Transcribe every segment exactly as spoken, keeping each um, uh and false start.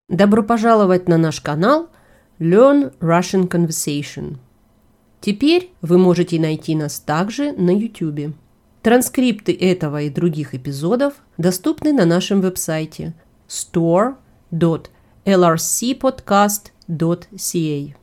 Добро пожаловать на наш канал Learn Russian Conversation. Теперь вы можете найти нас также на YouTube. Транскрипты этого и других эпизодов доступны на нашем веб-сайте store dot l r c podcast dot c a.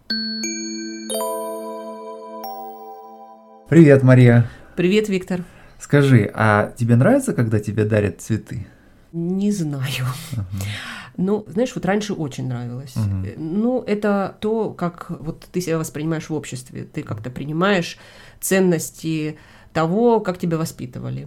Привет, Мария. Привет, Виктор. Скажи, а тебе нравится, когда тебе дарят цветы? Не знаю. Uh-huh. Ну, знаешь, вот раньше очень нравилось. Uh-huh. Ну, это то, как вот ты себя воспринимаешь в обществе. Ты как-то принимаешь ценности того, как тебя воспитывали.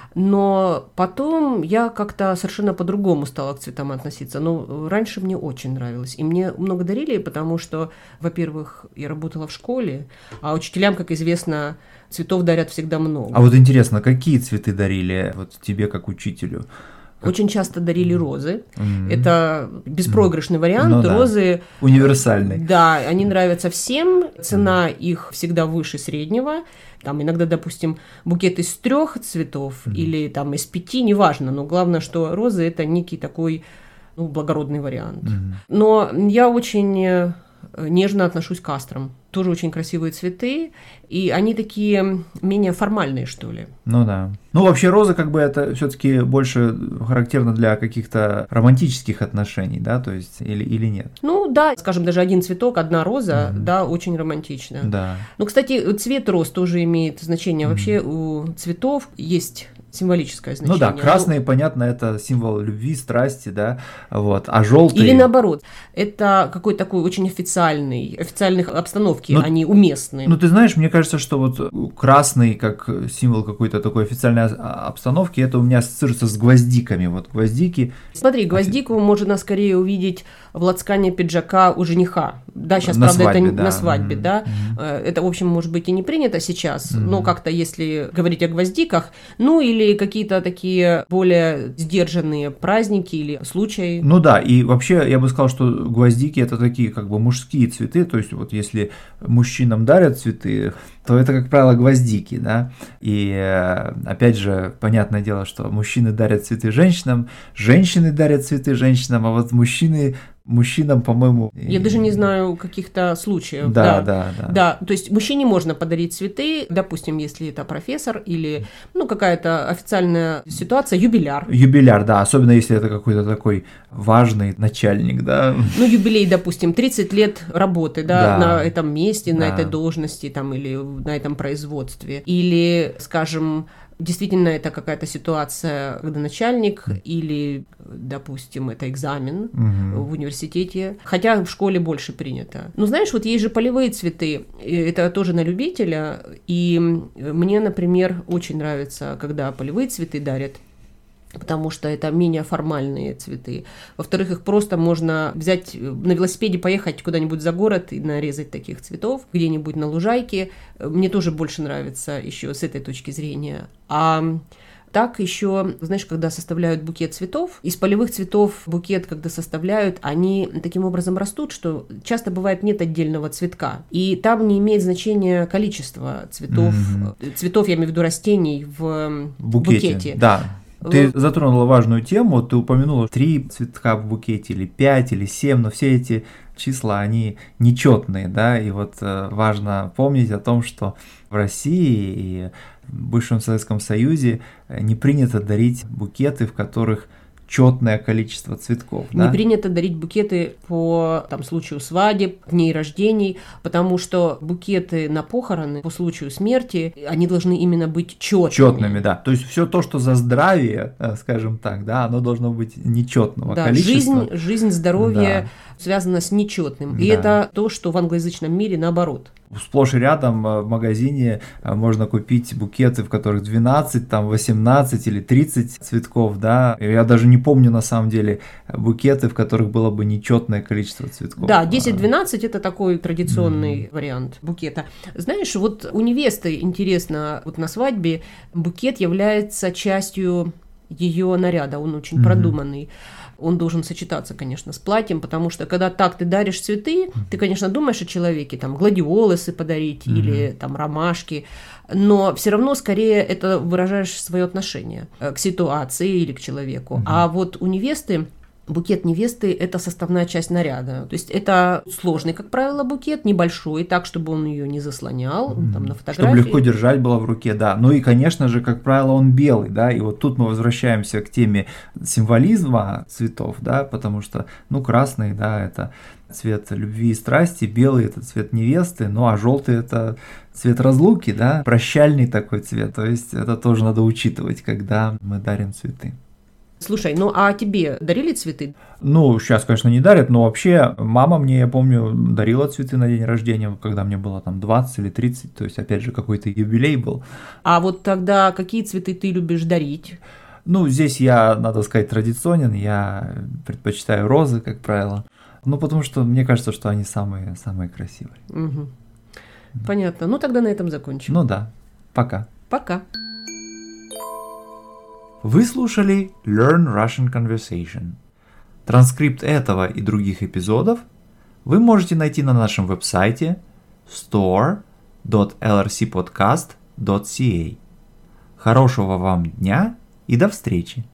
Но потом я как-то совершенно по-другому стала к цветам относиться. Но раньше мне очень нравилось. И мне много дарили, потому что, во-первых, я работала в школе, а учителям, как известно, цветов дарят всегда много. А вот интересно, какие цветы дарили вот тебе как учителю? Очень часто дарили розы. Mm-hmm. Это беспроигрышный вариант. Ну, да. Розы... Универсальный. Да, они нравятся всем. Цена mm-hmm. их всегда выше среднего. Там иногда, допустим, букет из трех цветов mm-hmm. или там из пяти, неважно. Но главное, что розы – это некий такой ну, благородный вариант. Mm-hmm. Но я очень нежно отношусь к астрам. Тоже очень красивые цветы, и они такие менее формальные, что ли. Ну да. Ну вообще розы как бы это все-таки больше характерно для каких-то романтических отношений, да, то есть или, или нет? Ну да, скажем, даже один цветок, одна роза, mm-hmm. да, очень романтично. Да. Ну, кстати, цвет роз тоже имеет значение. Mm-hmm. Вообще у цветов есть символическое значение. Ну да, красный, ну, понятно, это символ любви, страсти, да, вот, а желтый... Или наоборот, это какой-то такой очень официальный, официальных обстановки, ну, они уместны. Ну, ты знаешь, мне кажется, что вот красный, как символ какой-то такой официальной обстановки, это у меня ассоциируется с гвоздиками, вот гвоздики... Смотри, гвоздику можно скорее увидеть в лацкане пиджака у жениха. Да, сейчас, на правда, свадьбе, это да. на свадьбе, mm-hmm. да. Mm-hmm. Это, в общем, может быть и не принято сейчас, mm-hmm. но как-то, если говорить о гвоздиках, ну, или какие-то такие более сдержанные праздники или случаи. Ну да, и вообще я бы сказал, что гвоздики это такие как бы мужские цветы, то есть вот если мужчинам дарят цветы, то это, как правило, гвоздики, да, и опять же, понятное дело, что мужчины дарят цветы женщинам, женщины дарят цветы женщинам, а вот мужчины Мужчинам, по-моему... Я даже не знаю каких-то случаев. Да, да, да, да. Да, то есть мужчине можно подарить цветы, допустим, если это профессор или ну, какая-то официальная ситуация, юбиляр. Юбиляр, да, особенно если это какой-то такой важный начальник, да. Ну, юбилей, допустим, тридцать лет работы, да, да. на этом месте, да. на этой должности там или на этом производстве. Или, скажем... Действительно, это какая-то ситуация, когда начальник или, допустим, это экзамен угу. в университете, хотя в школе больше принято. Ну, знаешь, вот есть же полевые цветы, это тоже на любителя, и мне, например, очень нравится, когда полевые цветы дарят, потому что это менее формальные цветы. Во-вторых, их просто можно взять на велосипеде, поехать куда-нибудь за город и нарезать таких цветов, где-нибудь на лужайке. Мне тоже больше нравится еще с этой точки зрения. А так еще, знаешь, когда составляют букет цветов, из полевых цветов букет, когда составляют, они таким образом растут, что часто бывает нет отдельного цветка. И там не имеет значения количество цветов, mm-hmm. цветов, я имею в виду растений в букете. букете. Да. Ты затронула важную тему, ты упомянула три цветка в букете, или пять, или семь, но все эти числа, они нечетные, да, и вот э, важно помнить о том, что в России и в бывшем Советском Союзе не принято дарить букеты, в которых четное количество цветков. Не да? принято дарить букеты по там, случаю свадеб, дней рождений, потому что букеты на похороны по случаю смерти, они должны именно быть четными. Четными, да. То есть все то, что за здравие, скажем так, да, оно должно быть нечетного да, количества. Жизнь, жизнь, здоровье да. связано с нечетным. И да. это то, что в англоязычном мире наоборот. Сплошь и рядом в магазине можно купить букеты, в которых двенадцать, там восемнадцать или тридцать цветков, да. Я даже не помню на самом деле букеты, в которых было бы нечетное количество цветков. Да, десять-двенадцать это такой традиционный mm-hmm. вариант букета. Знаешь, вот у невесты, интересно, вот на свадьбе букет является частью ее наряда, он очень mm-hmm. продуманный. Он должен сочетаться, конечно, с платьем, потому что когда так ты даришь цветы, mm-hmm. ты, конечно, думаешь о человеке, там, гладиолусы подарить mm-hmm. или там ромашки, но все равно скорее это выражаешь свое отношение к ситуации или к человеку. Mm-hmm. А вот у невесты букет невесты – это составная часть наряда. То есть это сложный, как правило, букет, небольшой, так, чтобы он ее не заслонял, mm-hmm. там, на фотографии. Чтобы легко держать было в руке, да. Ну и, конечно же, как правило, он белый, да, и вот тут мы возвращаемся к теме символизма цветов, да, потому что, ну, красный, да, это цвет любви и страсти, белый – это цвет невесты, ну а желтый – это цвет разлуки, да, прощальный такой цвет, то есть это тоже надо учитывать, когда мы дарим цветы. Слушай, ну а тебе дарили цветы? Ну, сейчас, конечно, не дарят, но вообще мама мне, я помню, дарила цветы на день рождения, когда мне было там двадцать или тридцать, то есть, опять же, какой-то юбилей был. А вот тогда какие цветы ты любишь дарить? Ну, здесь я, надо сказать, традиционен, я предпочитаю розы, как правило. Ну, потому что мне кажется, что они самые, самые красивые. Угу. Понятно. Ну, тогда на этом закончим. Ну да. Пока. Пока. Вы слушали Learn Russian Conversation. Транскрипт этого и других эпизодов вы можете найти на нашем веб-сайте store dot l r c podcast dot c a. Хорошего вам дня и до встречи!